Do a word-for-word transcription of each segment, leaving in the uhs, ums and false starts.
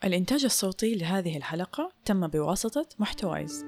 الإنتاج الصوتي لهذه الحلقة تم بواسطة محتوايز.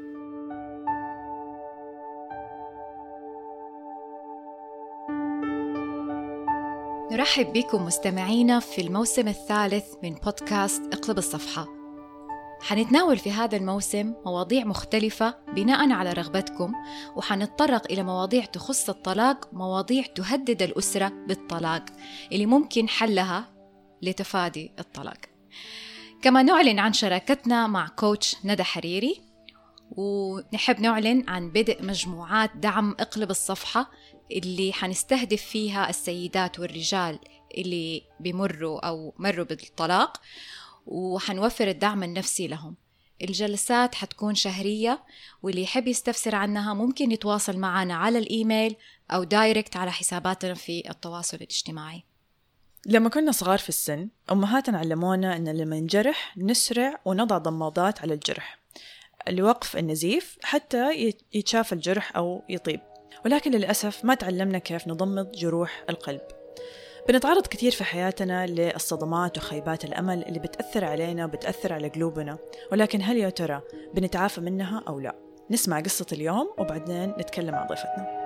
نرحب بكم مستمعينا في الموسم الثالث من بودكاست اقلب الصفحة. حنتناول في هذا الموسم مواضيع مختلفة بناء على رغبتكم، وحنتطرق إلى مواضيع تخص الطلاق، مواضيع تهدد الأسرة بالطلاق اللي ممكن حلها لتفادي الطلاق. كما نعلن عن شراكتنا مع كوتش ندى حريري، ونحب نعلن عن بدء مجموعات دعم اقلب الصفحة اللي حنستهدف فيها السيدات والرجال اللي بيمروا أو مروا بالطلاق، وحنوفر الدعم النفسي لهم. الجلسات حتكون شهرية، واللي يحب يستفسر عنها ممكن يتواصل معنا على الإيميل أو دايركت على حساباتنا في التواصل الاجتماعي. لما كنا صغار في السن، أمهاتنا علمونا أن لما نجرح نسرع ونضع ضمادات على الجرح لوقف النزيف حتى يتشافى الجرح أو يطيب، ولكن للأسف ما تعلمنا كيف نضمد جروح القلب. بنتعرض كثير في حياتنا للصدمات وخيبات الأمل اللي بتأثر علينا وبتأثر على قلوبنا، ولكن هل يا ترى بنتعافى منها أو لا؟ نسمع قصة اليوم وبعدين نتكلم مع ضيفتنا.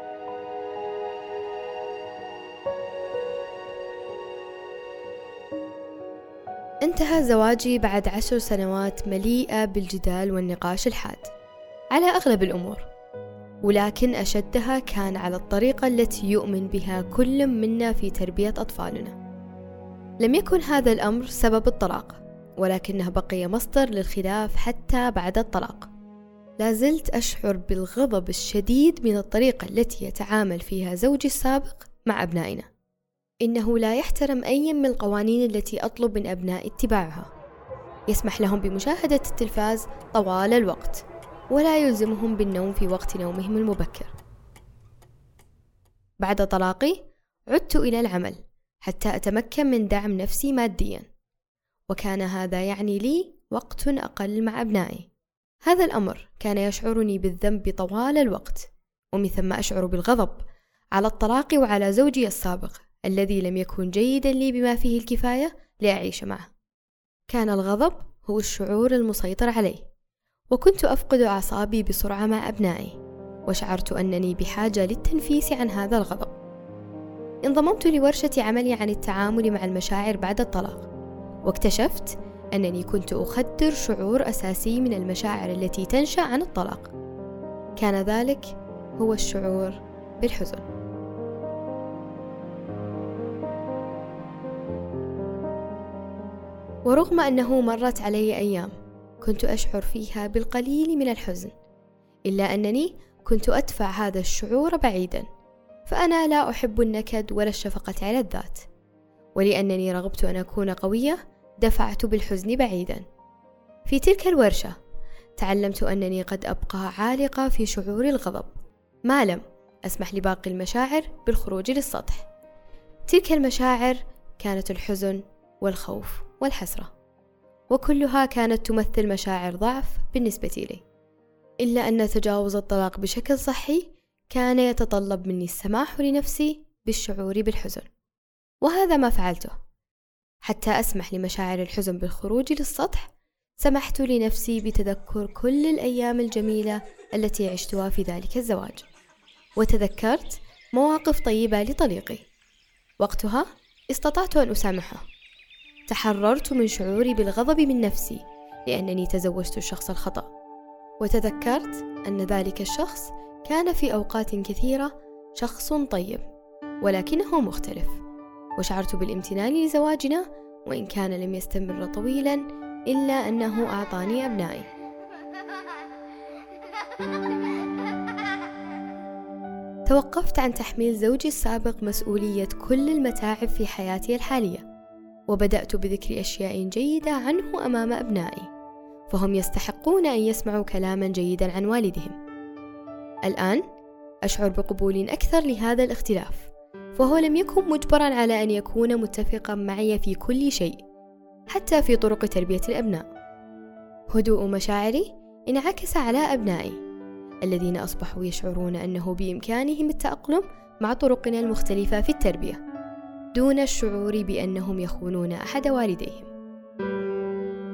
انتهى زواجي بعد عشر سنوات مليئة بالجدال والنقاش الحاد على أغلب الأمور، ولكن أشدها كان على الطريقة التي يؤمن بها كل منا في تربية أطفالنا. لم يكن هذا الأمر سبب الطلاق، ولكنه بقي مصدر للخلاف حتى بعد الطلاق. لا زلت أشعر بالغضب الشديد من الطريقة التي يتعامل فيها زوجي السابق مع أبنائنا. إنه لا يحترم أي من القوانين التي أطلب من أبنائي اتباعها. يسمح لهم بمشاهدة التلفاز طوال الوقت، ولا يلزمهم بالنوم في وقت نومهم المبكر. بعد طلاقي عدت إلى العمل حتى أتمكن من دعم نفسي ماديا، وكان هذا يعني لي وقت أقل مع أبنائي. هذا الأمر كان يشعرني بالذنب طوال الوقت، ومن ثم أشعر بالغضب على الطلاق وعلى زوجي السابق الذي لم يكن جيدا لي بما فيه الكفاية لأعيش معه. كان الغضب هو الشعور المسيطر علي، وكنت أفقد أعصابي بسرعة مع أبنائي، وشعرت أنني بحاجة للتنفيس عن هذا الغضب. انضممت لورشة عملي عن التعامل مع المشاعر بعد الطلاق، واكتشفت أنني كنت أخدر شعور أساسي من المشاعر التي تنشأ عن الطلاق. كان ذلك هو الشعور بالحزن. ورغم أنه مرت علي أيام كنت أشعر فيها بالقليل من الحزن، إلا أنني كنت أدفع هذا الشعور بعيدا، فأنا لا أحب النكد ولا الشفقة على الذات، ولأنني رغبت أن أكون قوية دفعت بالحزن بعيدا. في تلك الورشة تعلمت أنني قد أبقى عالقة في شعور الغضب ما لم أسمح لباقي المشاعر بالخروج للسطح. تلك المشاعر كانت الحزن والخوف والحسرة، وكلها كانت تمثل مشاعر ضعف بالنسبة لي. إلا أن تجاوز الطلاق بشكل صحي كان يتطلب مني السماح لنفسي بالشعور بالحزن، وهذا ما فعلته. حتى أسمح لمشاعر الحزن بالخروج للسطح، سمحت لنفسي بتذكر كل الأيام الجميلة التي عشتها في ذلك الزواج، وتذكرت مواقف طيبة لطليقي. وقتها استطعت أن أسامحه. تحررت من شعوري بالغضب من نفسي لأنني تزوجت الشخص الخطأ، وتذكرت أن ذلك الشخص كان في أوقات كثيرة شخص طيب ولكنه مختلف، وشعرت بالامتنان لزواجنا وإن كان لم يستمر طويلا، إلا أنه أعطاني أبنائي. توقفت عن تحميل زوجي السابق مسؤولية كل المتاعب في حياتي الحالية، وبدأت بذكر أشياء جيدة عنه أمام أبنائي، فهم يستحقون أن يسمعوا كلاما جيدا عن والدهم. الآن أشعر بقبول أكثر لهذا الاختلاف، فهو لم يكن مجبرا على أن يكون متفقا معي في كل شيء، حتى في طرق تربية الأبناء. هدوء مشاعري انعكس على أبنائي الذين أصبحوا يشعرون أنه بإمكانهم التأقلم مع طرقنا المختلفة في التربية دون الشعور بأنهم يخونون أحد والديهم.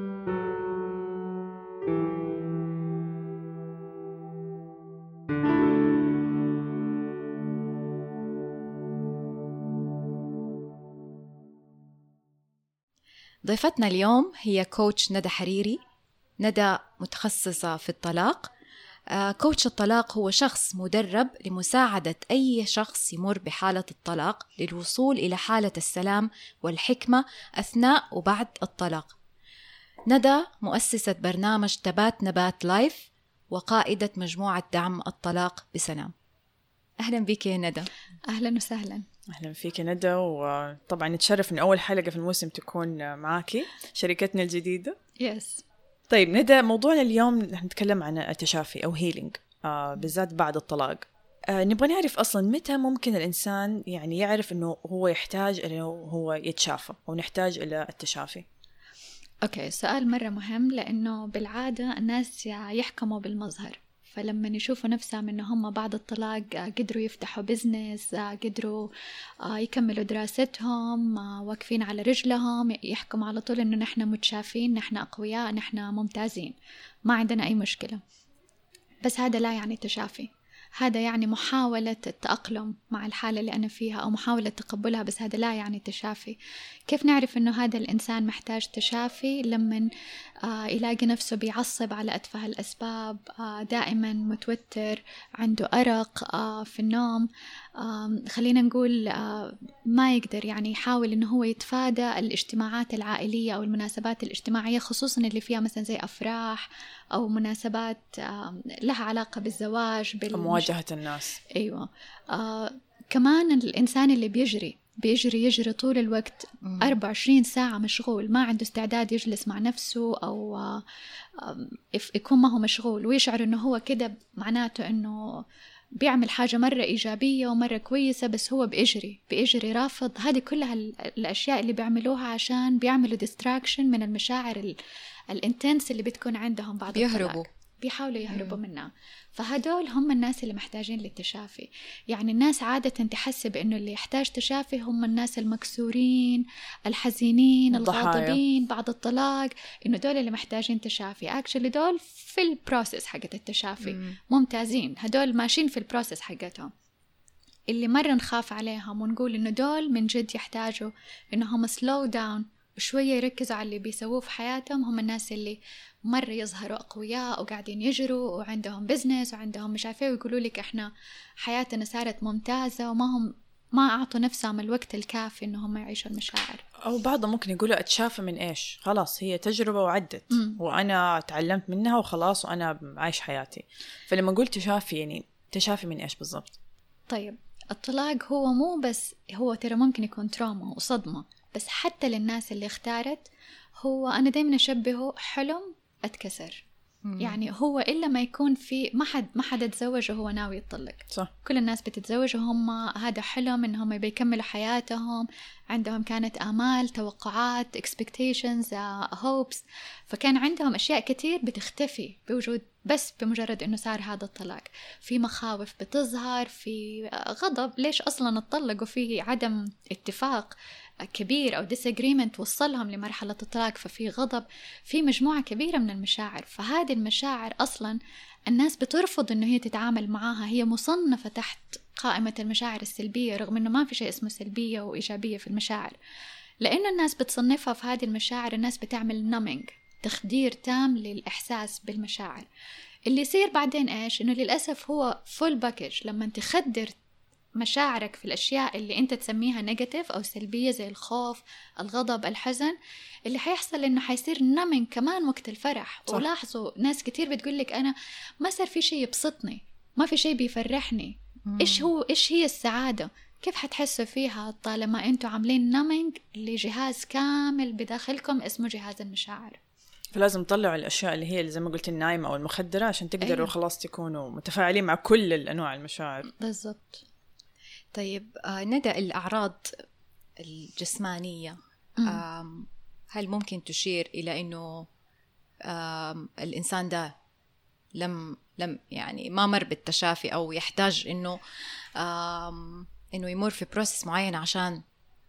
ضيفتنا اليوم هي كوتش ندى حريري. ندى متخصصة في الطلاق. آه، كوتش الطلاق هو شخص مدرب لمساعدة أي شخص يمر بحالة الطلاق للوصول إلى حالة السلام والحكمة أثناء وبعد الطلاق. ندى مؤسسة برنامج تبات نبات لايف وقائدة مجموعة دعم الطلاق بسلام. أهلا بك يا ندى. أهلا وسهلا. أهلا فيك ندى، وطبعا نتشرف إن أول حلقة في الموسم تكون معاكي شركتنا الجديدة. يس. طيب ندى، موضوعنا اليوم نتكلم عن التشافي أو هيلينج، آه بالذات بعد الطلاق. آه نبغى نعرف أصلا متى ممكن الإنسان يعني يعرف إنه هو يحتاج إنه هو يتشافى أو نحتاج إلى التشافي. أوكي، سؤال مرة مهم، لأنه بالعادة الناس يحكموا بالمظهر، فلما يشوفوا نفسهم إنه هم بعد الطلاق قدروا يفتحوا بزنس، قدروا يكملوا دراستهم، واقفين على رجلهم، يحكموا على طول إنه نحن متشافين، نحن أقوياء، نحن ممتازين، ما عندنا أي مشكلة. بس هذا لا يعني تشافي، هذا يعني محاولة التأقلم مع الحالة اللي أنا فيها أو محاولة تقبلها، بس هذا لا يعني تشافي. كيف نعرف إنه هذا الإنسان محتاج تشافي؟ لما آه يلاقي نفسه بيعصب على أتفه الأسباب، آه دائما متوتر، عنده أرق آه في النوم، آه خلينا نقول آه ما يقدر يعني يحاول إنه هو يتفادى الاجتماعات العائلية أو المناسبات الاجتماعية، خصوصا اللي فيها مثلا زي أفراح أو مناسبات آه لها علاقة بالزواج، مواجهة الناس. أيوة. آه كمان الإنسان اللي بيجري بيجري يجري طول الوقت، أربعة وعشرين ساعة مشغول، ما عنده استعداد يجلس مع نفسه أو آه يكون ما هو مشغول ويشعر إنه هو كده، معناته إنه بيعمل حاجة مرة إيجابية ومرة كويسة، بس هو بيجري بيجري رافض. هذه كلها الأشياء اللي بيعملوها عشان بيعملوا ديستراكشن من المشاعر الانتنس اللي بتكون عندهم بعد بيهربوا الطلاق، بيحاولوا يهربوا منها. فهدول هم الناس اللي محتاجين للتشافي. يعني الناس عادة تحسب إنه اللي يحتاج تشافي هم الناس المكسورين، الحزينين، الغاضبين بعد الطلاق، إنه دول اللي محتاجين تشافي. actually دول في البروسيس حقت التشافي مم. ممتازين، هدول ماشيين في البروسيس حقتهم. اللي مرة نخاف عليهم ونقول إنه دول من جد يحتاجوا إنهم slow down وشوية يركزوا على اللي بيسووه في حياتهم، هم الناس اللي مرة يظهروا أقوياء وقاعدين يجروا وعندهم بزنس وعندهم مش عارفة، ويقولوا لك إحنا حياتنا صارت ممتازة، وما هم ما أعطوا نفسهم الوقت الكافي إنهم يعيشوا المشاعر. أو بعضهم ممكن يقولوا أتشافى من إيش، خلاص هي تجربة وعدت م. وأنا تعلمت منها وخلاص وأنا عايش حياتي. فلما قلت تشافي يعني تشافي من إيش بالضبط؟ طيب الطلاق هو مو بس هو ترى ممكن يكون تروما وصدمة، بس حتى للناس اللي اختارت، هو أنا دايما أشبهه حلم اتكسر. مم. يعني هو إلا ما يكون في ما حد ما حد يتزوج وهو ناوي يطلق. صح. كل الناس بتتزوج وهم هذا حلم إنهم بيكملوا حياتهم، عندهم كانت آمال، توقعات، expectations, uh, hopes، فكان عندهم أشياء كتير بتختفي بوجود بس بمجرد إنه صار هذا الطلاق. في مخاوف بتظهر، في غضب، ليش أصلاً اتطلقوا، في عدم اتفاق كبير أو disagreement وصلهم لمرحلة الطلاق، ففي غضب، في مجموعة كبيرة من المشاعر. فهذه المشاعر أصلاً الناس بترفض إنه هي تتعامل معاها، هي مصنفة تحت قائمة المشاعر السلبية، رغم إنه ما في شيء اسمه سلبية وإيجابية في المشاعر. لأنه الناس بتصنفها في هذه المشاعر، الناس بتعمل numbing، تخدير تام للإحساس بالمشاعر. اللي يصير بعدين إيش؟ إنه للأسف هو full package. لما تخدر مشاعرك في الأشياء اللي أنت تسميها نيجاتيف أو سلبية زي الخوف، الغضب، الحزن، اللي حيحصل إنه حيصير نمن كمان وقت الفرح. صح. ولاحظوا ناس كتير بتقولك أنا ما صار في شيء يبسطني، ما في شيء بيفرحني. مم. إيش هو إيش هي السعادة؟ كيف حتحسوا فيها طالما أنتوا عاملين نمنج لجهاز كامل بداخلكم اسمه جهاز المشاعر؟ فلازم تطلعوا الأشياء اللي هي اللي زي ما قلت النايمة أو المخدرة عشان تقدروا أيوه. خلاص تكونوا متفاعلين مع كل الأنواع المشاعر. بالضبط. طيب آه ندى، الأعراض الجسمانية هل ممكن تشير إلى إنه الإنسان ده لم لم يعني ما مر بالتشافي أو يحتاج إنه إنه يمر في بروسيس معين عشان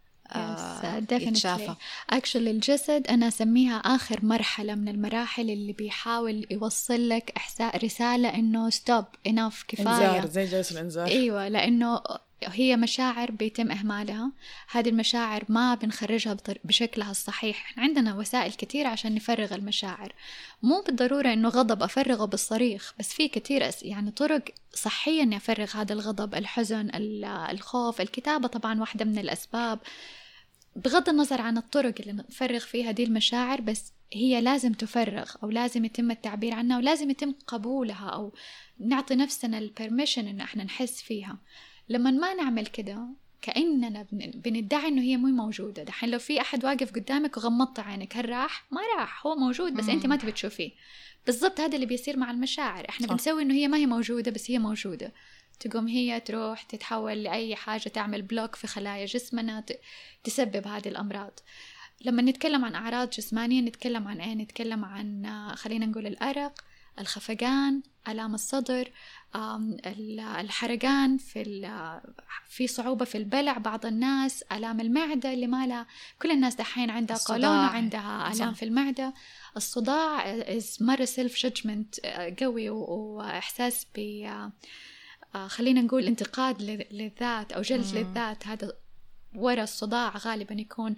آه يتشافى؟ actually الجسد أنا أسميها آخر مرحلة من المراحل اللي بيحاول يوصل لك إحساس رسالة إنه stop enough كفاية، إنذار، زي جلسة الإنذار. أيوة، لأنه هي مشاعر بيتم إهمالها. هذه المشاعر ما بنخرجها بشكلها الصحيح. إحنا عندنا وسائل كتير عشان نفرغ المشاعر، مو بالضرورة إنه غضب أفرغه بالصريخ، بس في كتير يعني طرق صحية إني أفرغ هذا الغضب، الحزن، الخوف. الكتابة طبعا واحدة من الأسباب، بغض النظر عن الطرق اللي نفرغ فيها دي المشاعر، بس هي لازم تفرغ أو لازم يتم التعبير عنها ولازم يتم قبولها أو نعطي نفسنا البرميشن إنه إحنا نحس فيها. لما ما نعمل كده كأننا بندعي إنه هي مو موجودة. دحين لو في أحد واقف قدامك وغمضت عينك، هل راح؟ ما راح، هو موجود بس أنت ما تبي تشوفيه. بالضبط هذا اللي بيصير مع المشاعر. إحنا صح. بنسوي إنه هي ما هي موجودة بس هي موجودة. تقوم هي تروح تتحول لأي حاجة، تعمل بلوك في خلايا جسمنا تسبب هذه الأمراض. لما نتكلم عن أعراض جسمانية نتكلم عن إيه؟ نتكلم عن خلينا نقول الأرق، الخفقان، آلام الصدر، الحرقان، في في صعوبة في البلع بعض الناس، آلام المعدة اللي ما لها، كل الناس دحين عندها قولون وعندها آلام في المعدة. الصداع مرة سيلف جادجمنت قوي وإحساس ب خلينا نقول انتقاد للذات أو جلد للذات. هذا وراء الصداع غالبا يكون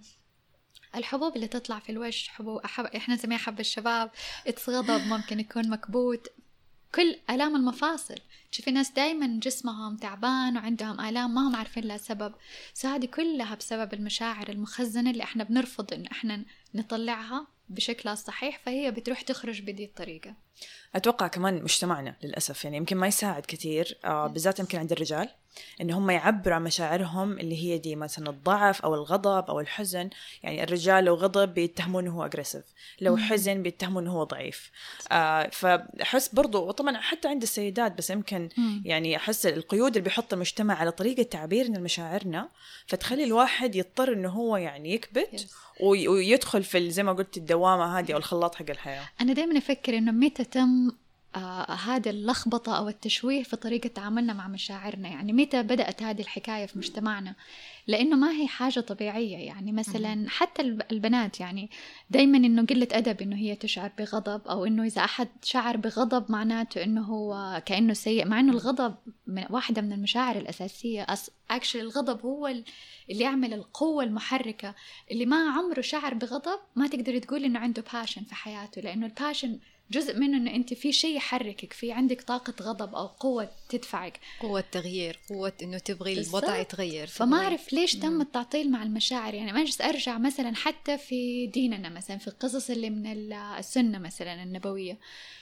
الحبوب اللي تطلع في الوجه، حبوب أحب... إحنا نسميها حب الشباب، غضب ممكن يكون مكبوت، كل آلام المفاصل. تشوفي ناس دايما جسمهم تعبان وعندهم آلام ما هم عارفين لها سبب. فهذه كلها بسبب المشاعر المخزنة اللي إحنا بنرفض إن إحنا نطلعها بشكلها الصحيح، فهي بتروح تخرج بدي الطريقة. أتوقع كمان مجتمعنا للأسف يعني يمكن ما يساعد كثير، آه بالذات يمكن عند الرجال إن هم يعبروا عن مشاعرهم اللي هي دي مثلا الضعف أو الغضب أو الحزن. يعني الرجال لو غضب بيتهمون إنه هو أجريسيف، لو حزن بيتهمون إنه هو ضعيف. آه فأحس برضو، وطبعا حتى عند السيدات، بس يمكن يعني أحس القيود اللي بيحط المجتمع على طريقة تعبيرنا لمشاعرنا فتخلي الواحد يضطر إنه هو يعني يكبت ويدخل في زي ما قلت الدوامة هذه أو الخلاط حق الحياة. أنا دائما أفكر إنه متى تم آه هذا اللخبطة أو التشويه في طريقة تعاملنا مع مشاعرنا، يعني متى بدأت هذه الحكاية في مجتمعنا، لأنه ما هي حاجة طبيعية. يعني مثلا حتى البنات يعني دايما إنه قلة أدب إنه هي تشعر بغضب، أو إنه إذا أحد شعر بغضب معناته إنه هو كأنه سيء، مع إنه الغضب من واحدة من المشاعر الأساسية. actually الغضب هو اللي يعمل القوة المحركة. اللي ما عمره شعر بغضب ما تقدر تقول إنه عنده passion في حياته، لأنه الباشن جزء منه إنه أنت في شيء يحركك، في عندك طاقة غضب أو قوة تدفعك، قوة تغيير، قوة إنه تبغي الوضع يتغير. فما أعرف ليش تم التعطيل مع المشاعر. يعني ما أجلس أرجع مثلا حتى في ديننا مثلا في القصص اللي من السنة مثلا النبوية،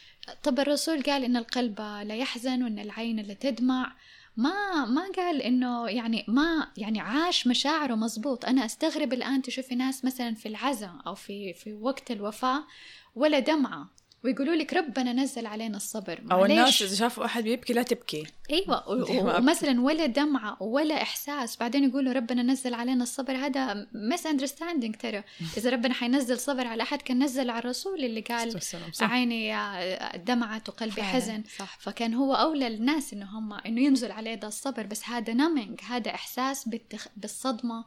طب الرسول قال إن القلب لا يحزن وإن العين لا تدمع، ما ما قال إنه يعني ما يعني عاش مشاعره مزبوط. أنا أستغرب الآن تشوفي ناس مثلا في العزاء أو في في وقت الوفاة ولا دمعة، ويقولوا لك ربنا نزل علينا الصبر. أو الناس إذا شافوا أحد بيبكي لا تبكي. أيوة، ومثلا ولا دمعة ولا إحساس، بعدين يقولوا ربنا نزل علينا الصبر. هذا misunderstanding ترى. إذا ربنا حينزل صبر على أحد كان نزل على الرسول اللي قال عيني دمعت وقلبي حزن. صح. فكان هو أولى الناس إنه هم إنه ينزل عليه ده الصبر. بس هذا numbing، هذا إحساس بالتخ... بالصدمة،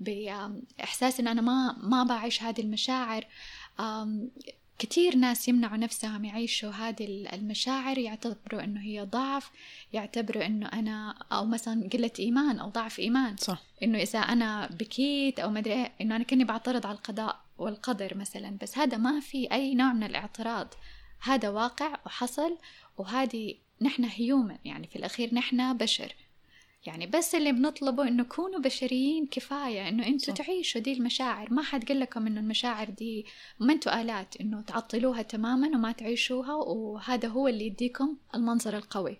بإحساس إن أنا ما ما بعيش هذه المشاعر. أم... كتير ناس يمنعوا نفسهم يعيشوا هذه المشاعر، يعتبروا إنه هي ضعف، يعتبروا إنه أنا أو مثلا قلة إيمان أو ضعف إيمان. صح. إنه إذا أنا بكيت أو مدري إيه إنه أنا كني بعترض على القضاء والقدر مثلا. بس هذا ما في أي نوع من الاعتراض، هذا واقع وحصل، وهذه نحن هيومن يعني في الأخير نحن بشر. يعني بس اللي بنطلبه إنه كونوا بشريين كفاية، إنه أنتوا تعيشوا دي المشاعر. ما حد قال لكم إنه المشاعر دي ما أنتوا آلات إنه تعطلوها تماما وما تعيشوها، وهذا هو اللي يديكم المنظر القوي.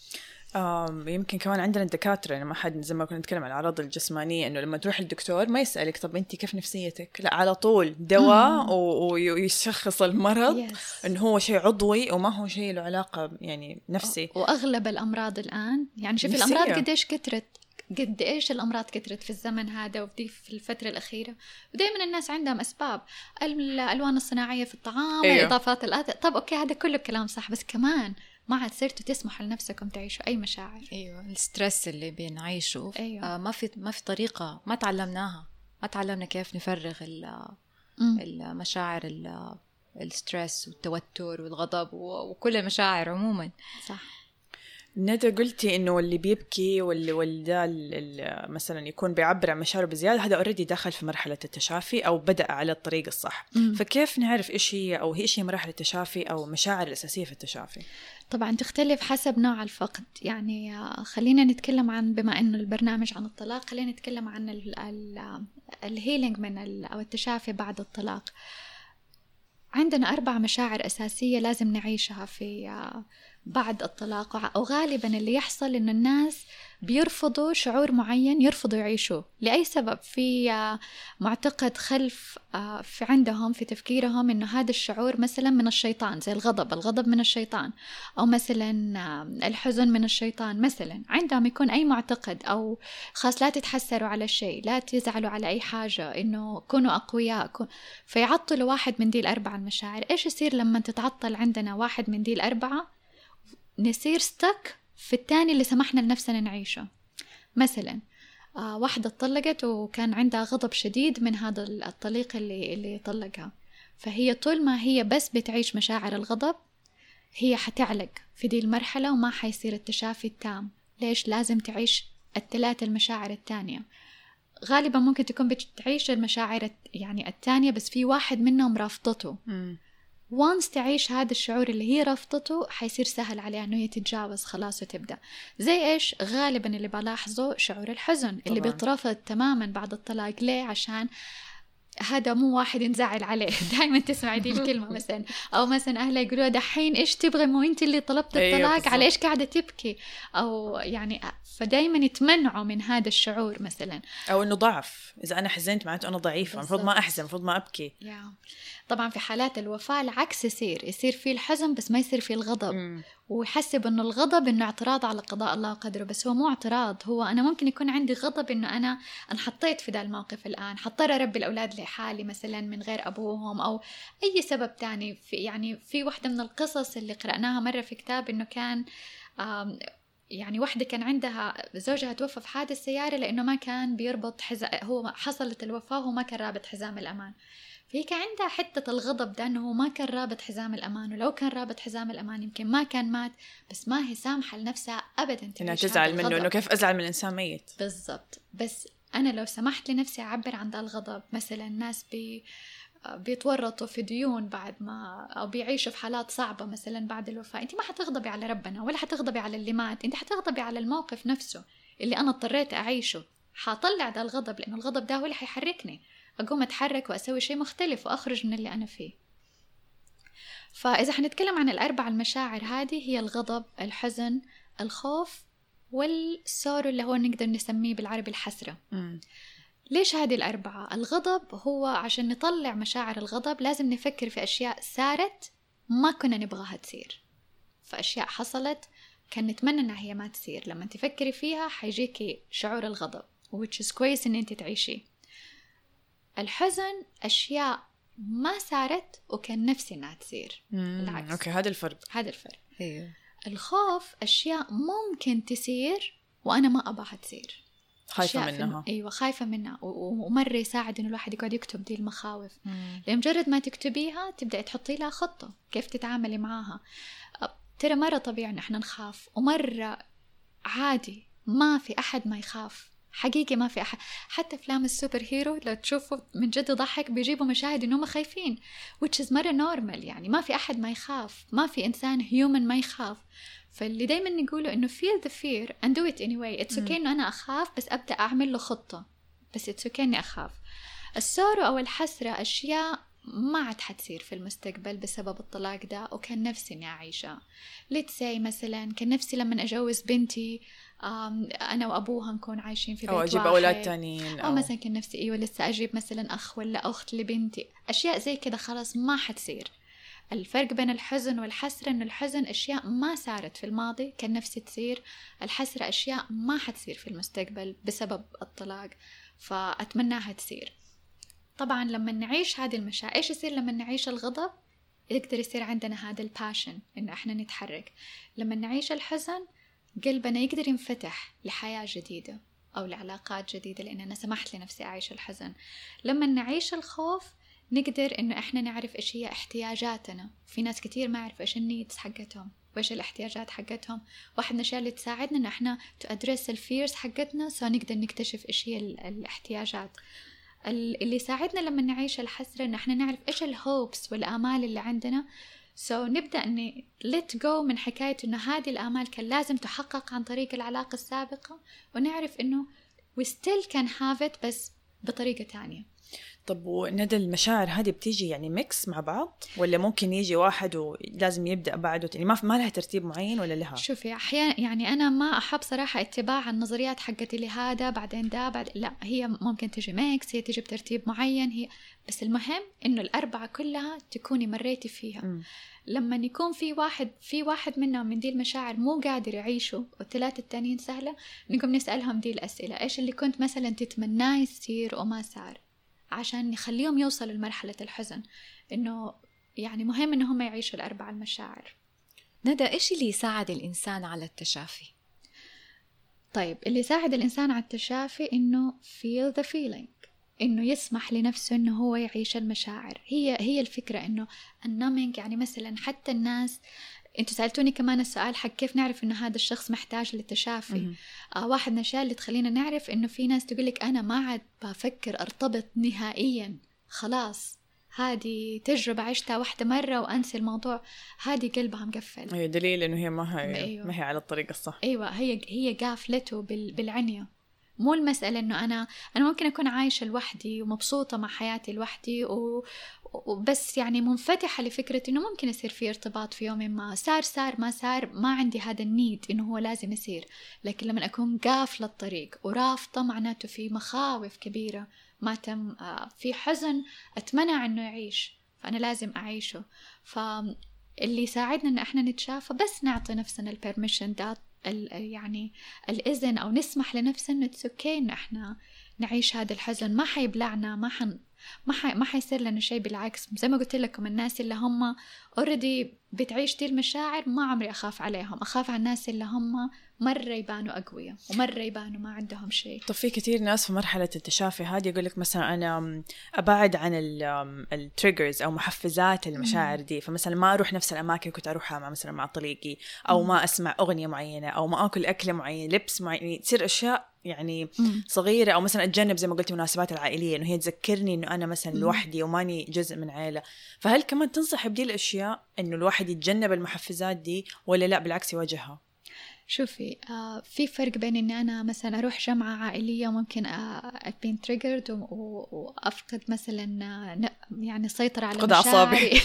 يمكن كمان عندنا الدكاترة يعني ما حد زي ما كنا نتكلم عن الأعراض الجسمانية إنه لما تروح الدكتور ما يسألك طب أنت كيف نفسيتك، لا على طول دواء ويشخص المرض yes. إنه هو شيء عضوي وما هو شيء له علاقة يعني نفسي. وأغلب الأمراض الآن يعني شوف الأمراض قديش كترت، قد إيش الأمراض كترت في الزمن هذا وفي في الفترة الأخيرة. ودائما الناس عندهم أسباب، الألوان الصناعية في الطعام، أيوه. الإضافات الآت. طب أوكي هذا كله كلام صح، بس كمان ما عاد صرتوا تسمحوا لنفسكم تعيشوا أي مشاعر. أيوة، الستريس اللي بنعيشه. أيوة. آه ما في ما في طريقة، ما تعلمناها، ما تعلمنا كيف نفرغ المشاعر، الستريس والتوتر والغضب وكل المشاعر عموما. صح. ندى قلتي إنه اللي بيبكي واللي والدا مثلا يكون بيعبر عن مشاعره بزيادة، هذا أوريدي دخل في مرحلة التشافي أو بدأ على الطريق الصح. م. فكيف نعرف إيش هي أو هي إيش هي مراحل التشافي أو مشاعر الأساسية في التشافي؟ طبعا تختلف حسب نوع الفقد. يعني خلينا نتكلم عن، بما إنه البرنامج عن الطلاق، خلينا نتكلم عن الهيلينج من أو التشافي بعد الطلاق. عندنا أربع مشاعر أساسية لازم نعيشها في بعد الطلاق، وغالبا اللي يحصل إنه الناس بيرفضوا شعور معين، يرفضوا يعيشوه لأي سبب. في معتقد خلف في عندهم في تفكيرهم إنه هذا الشعور مثلا من الشيطان، زي الغضب، الغضب من الشيطان، أو مثلا الحزن من الشيطان مثلا. عندهم يكون أي معتقد، أو خاص لا تتحسروا على شيء، لا تزعلوا على أي حاجة، إنه كونوا أقوياء، كون... فيعطلوا واحد من دي الأربعة المشاعر. إيش يصير لما تتعطل عندنا واحد من دي الأربعة؟ نصير ستك في التاني اللي سمحنا لنفسنا نعيشه. مثلا آه واحدة طلقت وكان عندها غضب شديد من هذا الطليق اللي اللي طلقها، فهي طول ما هي بس بتعيش مشاعر الغضب هي حتعلق في دي المرحلة وما حيصير التشافي التام. ليش؟ لازم تعيش الثلاث المشاعر التانية. غالبا ممكن تكون بتعيش المشاعر يعني التانية بس في واحد منهم رافضته. م. وانس تعيش هذا الشعور اللي هي رفضته حيصير سهل عليها انه هي تتجاوز خلاص وتبدا. زي ايش؟ غالبا اللي بلاحظه شعور الحزن طبعا. اللي بيترفض تماما بعد الطلاق. ليه؟ عشان هذا مو واحد ينزعل عليه. دائما تسمعي دي الكلمه مثلا، او مثلا اهله يقولوا دحين ايش تبغي، مو انت اللي طلبت الطلاق، أيوة على ايش قاعده تبكي، او يعني فدايما يتمنعوا من هذا الشعور مثلا، او انه ضعف. اذا انا حزنت معناته انا ضعيفه، المفروض ما احزن، المفروض ما ابكي. yeah. طبعا في حالات الوفاه العكس يصير يصير فيه الحزن بس ما يصير فيه الغضب. م. ويحسب انه الغضب انه اعتراض على قضاء الله وقدره، بس هو مو اعتراض. هو انا ممكن يكون عندي غضب انه انا انحطيت في ذا الموقف الان، حضطر اربي الاولاد لحالي مثلا من غير ابوهم، او اي سبب تاني. في يعني في واحده من القصص اللي قرأناها مره في كتاب انه كان يعني واحدة كان عندها زوجها توفى في حادث سيارة لأنه ما كان بيربط حزام، هو حصلت الوفاة وما كان رابط حزام الأمان. فهي كان عندها حتة الغضب ده أنه هو ما كان رابط حزام الأمان، ولو كان رابط حزام الأمان يمكن ما كان مات، بس ما هي سامحة لنفسها أبدا إنها تزعل منه، إنه كيف أزعل من إنسان ميت. بالضبط. بس أنا لو سمحت لنفسي أعبر عن ذا الغضب، مثلا الناس بي بيتورطوا في ديون بعد ما، أو بيعيشوا في حالات صعبة مثلا بعد الوفاة، أنت ما حتغضبي على ربنا ولا حتغضبي على اللي مات، أنت حتغضبي على الموقف نفسه اللي أنا اضطريت أعيشه. حاطلع ده الغضب، لأنه الغضب ده هو اللي حيحركني أقوم أتحرك وأسوي شيء مختلف وأخرج من اللي أنا فيه. فإذا حنتكلم عن الأربع المشاعر هذه، هي الغضب، الحزن، الخوف، والسورو اللي هو نقدر نسميه بالعربي الحسرة. م. ليش هذه الأربعة؟ الغضب هو عشان نطلع مشاعر الغضب لازم نفكر في أشياء صارت ما كنا نبغاها تصير، فأشياء حصلت كان نتمنى أنها هي ما تصير. لما تفكري فيها حيجيكي شعور الغضب، which is كويس أن أنت تعيشي. الحزن أشياء ما صارت وكان نفسي أنها تصير، العكس. أوكي، هذا الفرق. هذا الفرق. إيه. الخوف أشياء ممكن تصير وأنا ما أبغاها تصير، خايفة منها. أيوة خايفة منها. ومرة يساعد إنه الواحد يقعد يكتب دي المخاوف. لمجرد ما تكتبيها تبدأ تحطي لها خطة كيف تتعاملي معاها. ترى مرة طبيعي إن إحنا نخاف، ومرة عادي، ما في أحد ما يخاف حقيقي، ما في أحد. حتى أفلام السوبر هيرو لو تشوفوا من جد ضحك بيجيبوا مشاهد إنهم خايفين، which is مرة normal. يعني ما في أحد ما يخاف، ما في إنسان human ما يخاف. فاللي دايما نقوله إنه feel the fear and do it anyway. it's okay إنه أنا أخاف بس أبدأ أعمل له خطة، بس it's okay إني أخاف. السورو أو الحسرة أشياء ما عاد حتصير في المستقبل بسبب الطلاق ده، وكان نفسي إني أعيشها. let's say مثلا كان نفسي لما أجوز بنتي أنا وأبوها نكون عايشين في بيت واحد، أو أجيب أولاد تانيين، أو, أو مثلا كان نفسي إيوه لسه أجيب مثلا أخ ولا أخت لبنتي. أشياء زي كده خلاص ما حتصير. الفرق بين الحزن والحسرة إنه الحزن أشياء ما صارت في الماضي كان نفسي تصير، الحسرة أشياء ما حتصير في المستقبل بسبب الطلاق فأتمناها تصير. طبعا لما نعيش هذه المشاعر، إيش يصير لما نعيش الغضب؟ يقدر يصير عندنا هذا الباشن إنه إحنا نتحرك. لما نعيش الحزن قلبنا يقدر ينفتح لحياة جديدة أو لعلاقات جديدة، لأن أنا سمحت لنفسي أعيش الحزن. لما نعيش الخوف نقدر إنه إحنا نعرف إيش هي احتياجاتنا. في ناس كتير ما يعرفوا إيش النيدز حقتهم، وإيش الاحتياجات حقتهم. واحد من الأشياء اللي تساعدنا إن إحنا to address الفيرز حقتنا سو نقدر نكتشف إيش هي الاحتياجات. اللي يساعدنا لما نعيش الحسرة إن إحنا نعرف إيش الهوبس والآمال اللي عندنا، سو so نبدأ إن let go من حكاية إنه هذه الآمال كان لازم تحقق عن طريق العلاقة السابقة، ونعرف إنه we still can have it بس بطريقة تانية. طب وندى المشاعر هذه بتيجي يعني ميكس مع بعض، ولا ممكن يجي واحد ولازم يبدأ بعده، يعني ما ما لها ترتيب معين ولا لها؟ شوفي أحيانا يعني أنا ما أحب صراحة اتباع النظريات حقت اللي هذا بعدين ده بعد، لا هي ممكن تجي ميكس، هي تجي بترتيب معين هي، بس المهم إنه الأربعة كلها تكوني مريتي فيها. م. لما يكون في واحد في واحد منهم من دي المشاعر مو قادر يعيشه والثلاثة التانيين سهلة، نقوم نسألهم دي الأسئلة: إيش اللي كنت مثلا تتمناه يصير وما صار، عشان نخليهم يوصلوا لمرحلة الحزن. إنه يعني مهم إنه هم يعيشوا الأربع المشاعر. ندى، إيش اللي يساعد الإنسان على التشافي؟ طيب اللي يساعد الإنسان على التشافي إنه feel the feeling، إنه يسمح لنفسه إنه هو يعيش المشاعر. هي هي الفكرة إنه النمينج. يعني مثلا حتى الناس، انتوا سألتوني كمان السؤال حق كيف نعرف انه هذا الشخص محتاج للتشافي. آه واحد من الاشياء اللي تخلينا نعرف انه في ناس تقولك انا ما عاد بفكر ارتبط نهائيا، خلاص هذه تجربة عشتها واحدة مرة وانسى الموضوع، هذه قلبها مقفل. هي دليل انه هي ما هي أيوة. ما هي على الطريق الصح. ايوه هي هي قافلته بال بالعنية. مو المسألة إنه أنا أنا ممكن أكون عايشة لوحدي ومبسوطة مع حياتي لوحدي و... وبس يعني منفتحة لفكرة إنه ممكن يصير في ارتباط في يوم ما، صار صار ما صار ما عندي هذا النيد إنه هو لازم يصير. لكن لما أكون قافلة الطريق ورافضة معناته في مخاوف كبيرة ما تم، في حزن أتمنع إنه يعيش، فأنا لازم أعيشه. فاللي يساعدنا إنه إحنا نتشافى بس نعطي نفسنا البرميشن ده، يعني الإذن، أو نسمح لنفسنا إنه أوكي إن إحنا نعيش هذا الحزن. ما حيبلعنا، ما حن ما حي ما حيصير لنا شيء، بالعكس. زي ما قلت لكم الناس اللي هم already بتعيش دي المشاعر ما عمري أخاف عليهم، أخاف على الناس اللي هم مرة يبانوا أقوياء ومرة يبانوا ما عندهم شيء. طب في كتير ناس في مرحلة التشافي هذه يقول لك مثلا أنا أبعد عن التريجرز أو محفزات المشاعر دي، فمثلا ما أروح نفس الأماكن كنت أروحها مع مثلا مع طليقي، أو ما أسمع أغنية معينة، أو ما أكل أكلة معينة، لبس معين، تصير أشياء يعني صغيرة، أو مثلا أتجنب زي ما قلت المناسبات العائلية إنه هي تذكرني إنه أنا مثلا لوحدي وماني جزء من عائلة. فهل كمان تنصح بدي الأشياء إنه الواحد يتجنب المحفزات دي، ولا لا بالعكس يواجهها؟ شوفي آه في فرق بين إني أنا مثلا أروح جمعة عائلية ممكن آه أبين تريجرد وأفقد مثلا يعني سيطرة على مشاعري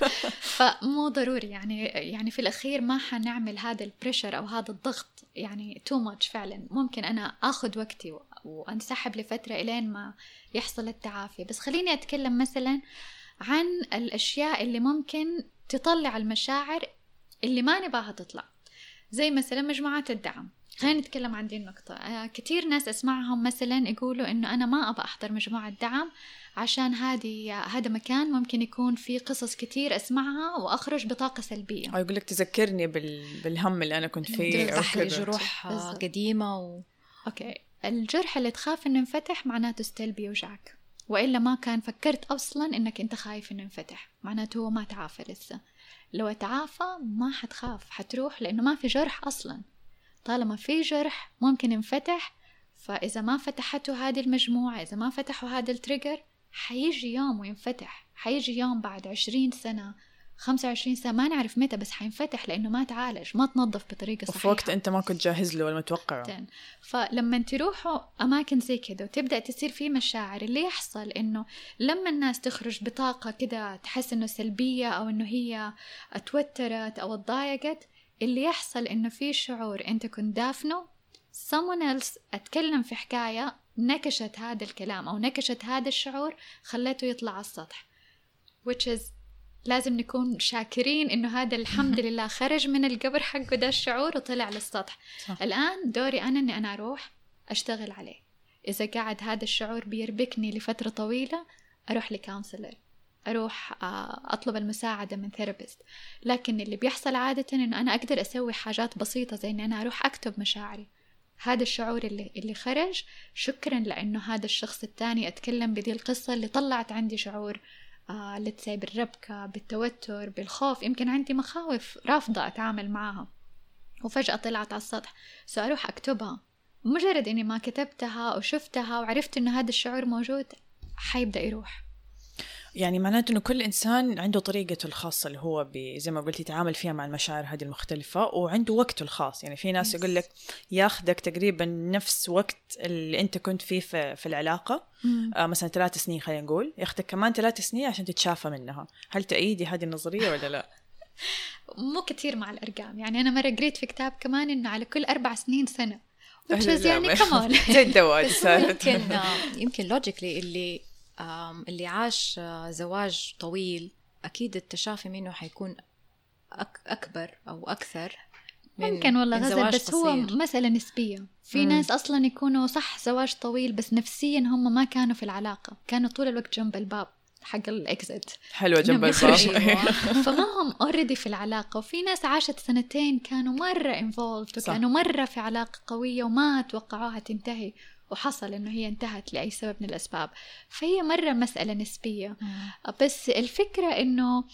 فمو ضروري يعني يعني في الأخير ما حنعمل هذا البريشر أو هذا الضغط يعني too much. فعلا ممكن أنا أخذ وقتي وأنسحب لفترة إلين ما يحصل التعافي. بس خليني أتكلم مثلا عن الأشياء اللي ممكن تطلع المشاعر اللي ما نباها تطلع، زي مثلا مجموعات الدعم. خلينا نتكلم عن دي النقطة. آه كتير ناس أسمعهم مثلا يقولوا إنه أنا ما أبغى أحضر مجموعة دعم عشان هذه هذا مكان ممكن يكون فيه قصص كتير أسمعها وأخرج بطاقة سلبية. أو يقول لك تذكرني بال... بالهم اللي أنا كنت فيه، تحلي جروح قديمة و... أوكي. الجرح اللي تخاف إنه ينفتح معناته ستيل بيوجعك، وإلا ما كان فكرت أصلا إنك أنت خايف إنه ينفتح، معناته هو ما تعافى لسه. لو تعافى ما حتخاف، حتروح، لأنه ما في جرح أصلا. طالما في جرح ممكن ينفتح، فإذا ما فتحته هذه المجموعة، إذا ما فتحوا هذا التريجر، حيجي يوم وينفتح. حيجي يوم بعد عشرين سنة خمسة وعشرين سنة ما نعرف متى، بس حينفتح لأنه ما تعالج، ما تنظف بطريقة صحيحة، وفي وقت أنت ما كنت جاهز له ولا متوقعه. فلما تروحوا أماكن زي كده وتبدأ تصير فيه مشاعر، اللي يحصل إنه لما الناس تخرج بطاقة كده تحس إنه سلبية أو إنه هي اتوترت أو اتضايقت، اللي يحصل إنه في شعور أنت كنت دافنه، someone else أتكلم في حكاية نكشت هذا الكلام أو نكشت هذا الشعور، خلته يطلع على السطح، which is لازم نكون شاكرين إنه هذا الحمد لله خرج من القبر حقه ده الشعور وطلع للسطح. صح. الآن دوري أنا إني أنا أروح أشتغل عليه. إذا قاعد هذا الشعور بيربكني لفترة طويلة، أروح لكونسلر، أروح أطلب المساعدة من ثيرابيست. لكن اللي بيحصل عادة إنه أنا أقدر أسوي حاجات بسيطة، زي إني أنا أروح أكتب مشاعري، هذا الشعور اللي اللي خرج، شكرا لأنه هذا الشخص الثاني أتكلم بدي القصة اللي طلعت عندي شعور آه لتسي بالربكة، بالتوتر، بالخوف. يمكن عندي مخاوف رافضة أتعامل معها وفجأة طلعت على السطح، سأروح أكتبها. مجرد إني ما كتبتها وشفتها وعرفت إنه هذا الشعور موجود حيبدأ يروح. يعني معناته إنه كل إنسان عنده طريقته الخاصة اللي هو زي ما قلت يتعامل فيها مع المشاعر هذه المختلفة، وعنده وقته الخاص. يعني في ناس يقول لك ياخدك تقريبا نفس وقت اللي أنت كنت فيه في, في العلاقة، آه مثلا ثلاث سنين خلينا نقول، ياخدك كمان ثلاث سنين عشان تتشافى منها. هل تأيدي هذه النظرية ولا لا؟ مو كتير مع الأرقام. يعني أنا مرة قريت في كتاب كمان إنه على كل أربع سنين سنة، يعني كمان زي الدواء صارت. يمكن يمكن لوجيكلي اللي اللي عاش زواج طويل أكيد التشافي منه حيكون أك أكبر أو أكثر من ممكن والله من غزل، بس قصير. هو مسألة نسبية. في مم. ناس أصلا يكونوا صح زواج طويل بس نفسيا هم ما كانوا في العلاقة، كانوا طول الوقت جنب الباب حق الإكزيت، حلوة جنب الباب. فما هم أوريدي في العلاقة. وفي ناس عاشت سنتين كانوا مرة involved وكانوا مرة في علاقة قوية وما توقعوها تنتهي، وحصل إنه هي انتهت لأي سبب من الأسباب. فهي مرة مسألة نسبية. مم. بس الفكرة إنه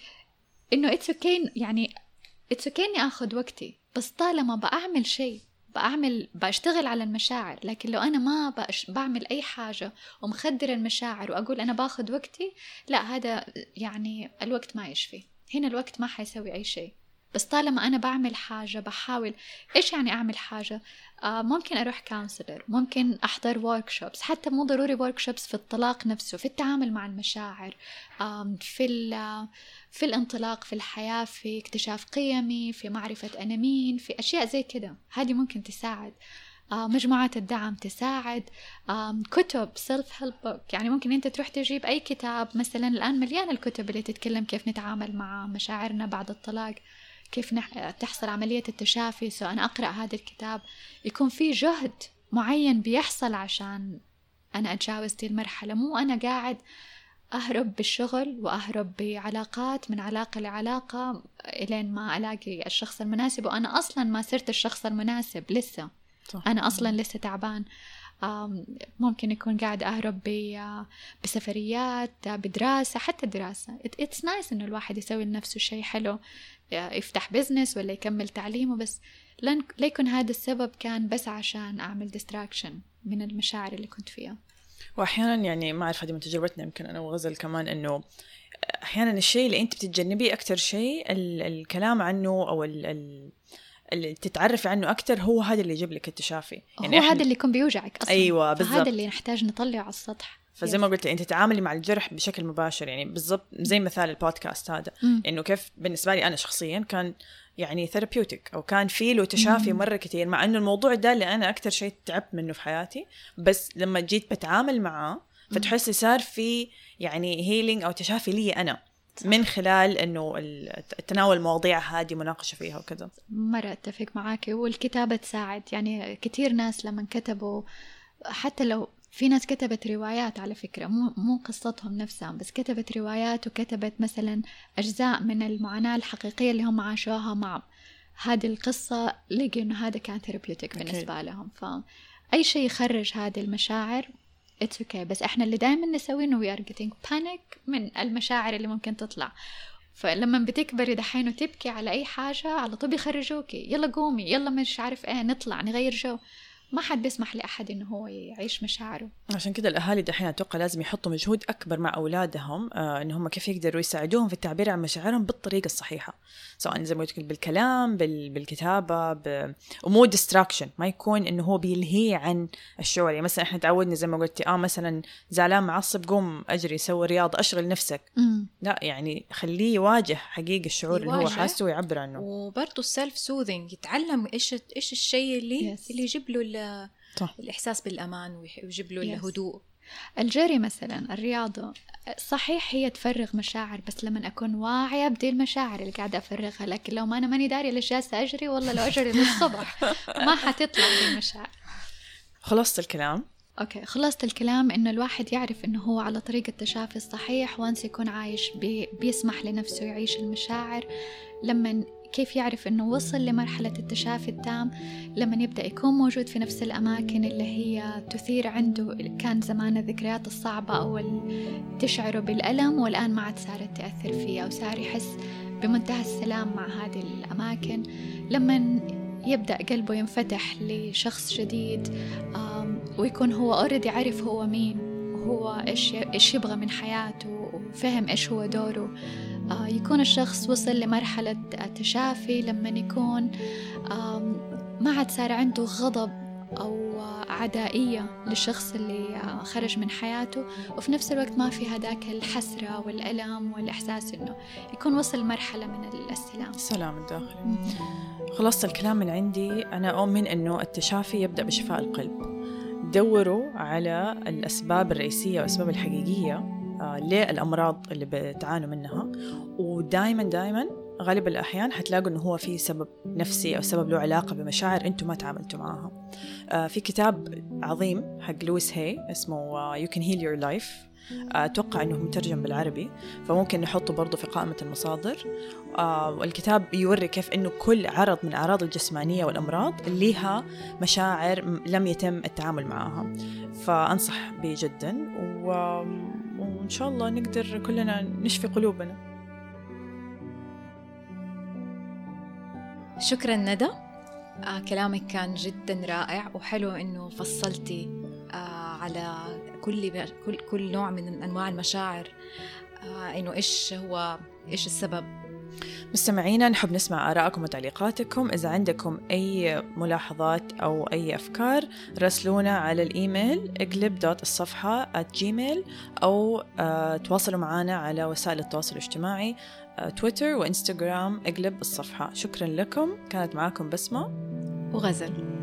إنه it's okay، يعني it's okay إني أخذ وقتي، بس طالما بعمل شيء، بعمل بشتغل على المشاعر. لكن لو أنا ما بأش بعمل أي حاجة ومخدر المشاعر وأقول أنا باخذ وقتي، لا، هذا يعني الوقت ما يشفي. هنا الوقت ما حيسوي أي شيء. بس طالما أنا بعمل حاجة، بحاول. إيش يعني أعمل حاجة؟ آه ممكن أروح كونسلر، ممكن أحضر workshops، حتى مو ضروري workshops في الطلاق نفسه، في التعامل مع المشاعر، آه في في الانطلاق في الحياة، في اكتشاف قيمي، في معرفة أنا مين، في أشياء زي كده. هذه ممكن تساعد. آه مجموعات الدعم تساعد. آه كتب self help book، يعني ممكن أنت تروح تجيب أي كتاب. مثلا الآن مليان الكتب اللي تتكلم كيف نتعامل مع مشاعرنا بعد الطلاق، كيف نح... تحصل عملية التشافي. سو أنا أقرأ هذا الكتاب، يكون فيه جهد معين بيحصل عشان أنا أتجاوز دي المرحلة. مو أنا قاعد أهرب بالشغل وأهرب بعلاقات من علاقة لعلاقة إلين ما ألاقي الشخص المناسب، وأنا أصلا ما صرت الشخص المناسب لسه. صح. أنا أصلا لسه تعبان. ممكن يكون قاعد أهرب بسفريات، بدراسة، حتى دراسة. It's nice إنه الواحد يسوي لنفسه شيء حلو، يفتح بزنس ولا يكمل تعليمه، بس لن ليكن هذا السبب كان بس عشان أعمل distraction من المشاعر اللي كنت فيها. وأحيانا يعني ما أعرف، هذه من تجربتنا يمكن أنا وغزل كمان، إنه أحيانا الشيء اللي أنت بتتجنبيه أكتر شيء الكلام عنه أو ال اللي تتعرف عنه أكتر هو هذا اللي يجيب لك التشافي. يعني هو هذا اللي يكون بيوجعك أصلا. أيوة بالضبط، هذا اللي نحتاج نطلع على السطح. فزي ما قلت أنت تعاملي مع الجرح بشكل مباشر. يعني بالضبط زي مثال البودكاست هذا، م. إنه كيف بالنسبة لي أنا شخصيا كان يعني ثيرابيوتيك، أو كان فيه له تشافي م. مرة كتير، مع إنه الموضوع ده اللي أنا أكتر شيء تعبت منه في حياتي. بس لما جيت بتعامل معاه فتحسي صار في يعني هيلينج أو تشافي لي أنا، من خلال إنه التناول مواضيع هذه مناقشة فيها وكذا. مرة أتفق معاك. والكتابة تساعد. يعني كتير ناس لما كتبوا، حتى لو في ناس كتبت روايات على فكرة، مو مو قصتهم نفسها، بس كتبت روايات وكتبت مثلا أجزاء من المعاناة الحقيقية اللي هم عاشوها مع هذه القصة، لقوا إنه هذا كان ثيرابيوتيك بالنسبة لهم. فأي شيء يخرج هذه المشاعر it's okay. بس احنا اللي دائما نسويه انه we are getting panic من المشاعر اللي ممكن تطلع. فلما بتكبري دحين وتبكي على اي حاجة، على طول يخرجوكي، يلا قومي، يلا مش عارف ايه، نطلع نغير جو. ما حد بيسمح لأحد إنه هو يعيش مشاعره. عشان كده الأهالي دحين أتوقع لازم يحطوا مجهود أكبر مع أولادهم، آه إن هم كيف يقدروا يساعدوهم في التعبير عن مشاعرهم بالطريقة الصحيحة، سواء زي ما تقول بالكلام، بال بالكتابة، ب... ومو ديستراكشن، ما يكون إنه هو بيلهي عن الشعور. يعني مثلا إحنا تعودنا زي ما قلتي آه مثلا زعلان معصب، قوم أجري سوي رياضة، أشغل نفسك. م. لا يعني خليه يواجه حقيقة الشعور اللي هو حاسه ويعبر عنه. وبرضه السيلف سوذينج، يتعلم إيش إيش الشيء اللي yes. اللي يجيب له صح. الإحساس بالأمان ويجيب له yes. الهدوء. الجري مثلا، الرياضة صحيح هي تفرغ مشاعر، بس لما أكون واعية بدي المشاعر اللي قاعدة أفرغها. لكن لو ما أنا ماني داري ليش جالسة أجري، والله لو أجري للصبح ما حتطلع دي المشاعر. خلصت الكلام. أوكي، خلصت الكلام إنه الواحد يعرف إنه هو على طريق التشافي الصحيح، وانس يكون عايش بي بيسمح لنفسه يعيش المشاعر. لما كيف يعرف أنه وصل لمرحلة التشافي التام؟ لما يبدأ يكون موجود في نفس الأماكن اللي هي تثير عنده كان زمان الذكريات الصعبة أو تشعره بالألم، والآن ما عاد صارت تأثر فيه أو صار يحس بمنتهى السلام مع هذه الأماكن. لما يبدأ قلبه ينفتح لشخص جديد ويكون هو أوريدي عارف هو مين وهو إيش إيش يبغى من حياته وفهم إيش هو دوره، يكون الشخص وصل لمرحلة التشافي لما يكون ما عاد صار عنده غضب أو عدائية للشخص اللي خرج من حياته، وفي نفس الوقت ما في هداك الحسرة والألم والإحساس إنه يكون وصل لمرحلة من السلام السلام الداخلي. خلصت الكلام من عندي. أنا أؤمن إنه التشافي يبدأ بشفاء القلب. دوروا على الأسباب الرئيسية والأسباب الحقيقية آه للأمراض اللي بتعانوا منها، ودائما دائما غالب الأحيان حتلاقوا إنه هو في سبب نفسي أو سبب له علاقة بمشاعر أنتم ما تعاملتوا معها. آه في كتاب عظيم حق لويس هاي اسمه آه You Can Heal Your Life، أتوقع أنه مترجم بالعربي، فممكن نحطه برضو في قائمة المصادر. آه والكتاب يوري كيف أنه كل عرض من أعراض الجسمانية والأمراض لها مشاعر لم يتم التعامل معها، فأنصح به جدا، وإن شاء الله نقدر كلنا نشفي قلوبنا. شكرا ندى، آه كلامك كان جدا رائع، وحلو أنه فصلتي آه على كل كل كل نوع من أنواع المشاعر، آه إنه إيش هو إيش السبب. مستمعينا، نحب نسمع آراءكم وتعليقاتكم. إذا عندكم أي ملاحظات أو أي أفكار راسلونا على الإيميل اقلب دوت الصفحة at جيميل، أو آه تواصلوا معنا على وسائل التواصل الاجتماعي آه تويتر وإنستغرام اقلب الصفحة. شكرا لكم، كانت معاكم بسمة وغزل.